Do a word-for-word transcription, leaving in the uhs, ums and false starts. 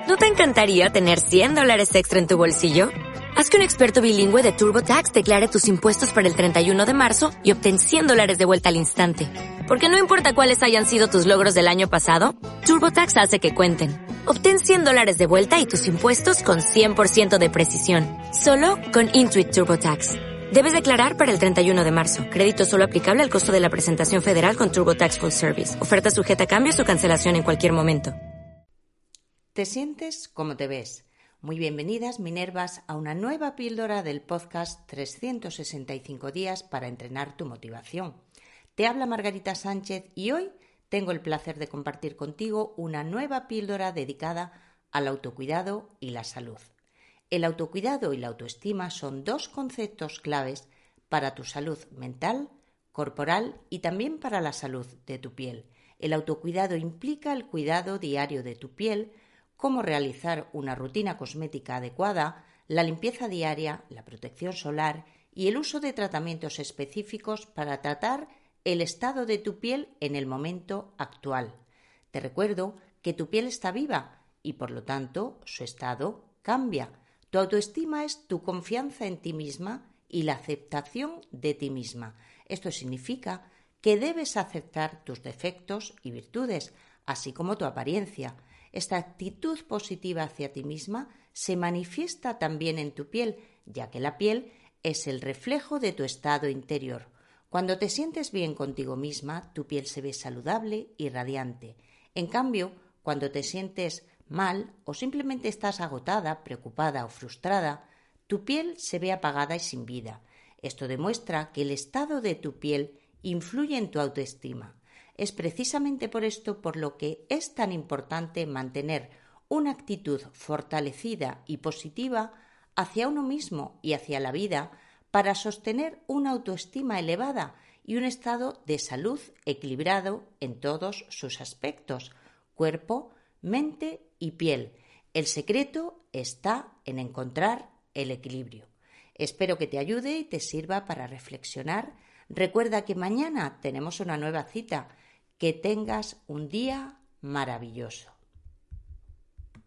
¿No te encantaría tener cien dólares extra en tu bolsillo? Haz que un experto bilingüe de TurboTax declare tus impuestos para el treinta y uno de marzo y obtén cien dólares de vuelta al instante. Porque no importa cuáles hayan sido tus logros del año pasado, TurboTax hace que cuenten. Obtén cien dólares de vuelta y tus impuestos con cien por ciento de precisión. Solo con Intuit TurboTax. Debes declarar para el treinta y uno de marzo. Crédito solo aplicable al costo de la presentación federal con TurboTax Full Service. Oferta sujeta a cambios o cancelación en cualquier momento. ¿Te sientes como te ves? Muy bienvenidas, Minervas, a una nueva píldora del podcast trescientos sesenta y cinco días para entrenar tu motivación. Te habla Margarita Sánchez y hoy tengo el placer de compartir contigo una nueva píldora dedicada al autocuidado y la salud. El autocuidado y la autoestima son dos conceptos claves para tu salud mental, corporal y también para la salud de tu piel. El autocuidado implica el cuidado diario de tu piel, cómo realizar una rutina cosmética adecuada, la limpieza diaria, la protección solar y el uso de tratamientos específicos para tratar el estado de tu piel en el momento actual. Te recuerdo que tu piel está viva y por lo tanto su estado cambia. Tu autoestima es tu confianza en ti misma y la aceptación de ti misma. Esto significa que debes aceptar tus defectos y virtudes, así como tu apariencia. Esta actitud positiva hacia ti misma se manifiesta también en tu piel, ya que la piel es el reflejo de tu estado interior. Cuando te sientes bien contigo misma, tu piel se ve saludable y radiante. En cambio, cuando te sientes mal o simplemente estás agotada, preocupada o frustrada, tu piel se ve apagada y sin vida. Esto demuestra que el estado de tu piel influye en tu autoestima. Es precisamente por esto por lo que es tan importante mantener una actitud fortalecida y positiva hacia uno mismo y hacia la vida para sostener una autoestima elevada y un estado de salud equilibrado en todos sus aspectos, cuerpo, mente y piel. El secreto está en encontrar el equilibrio. Espero que te ayude y te sirva para reflexionar. Recuerda que mañana tenemos una nueva cita. Que tengas un día maravilloso.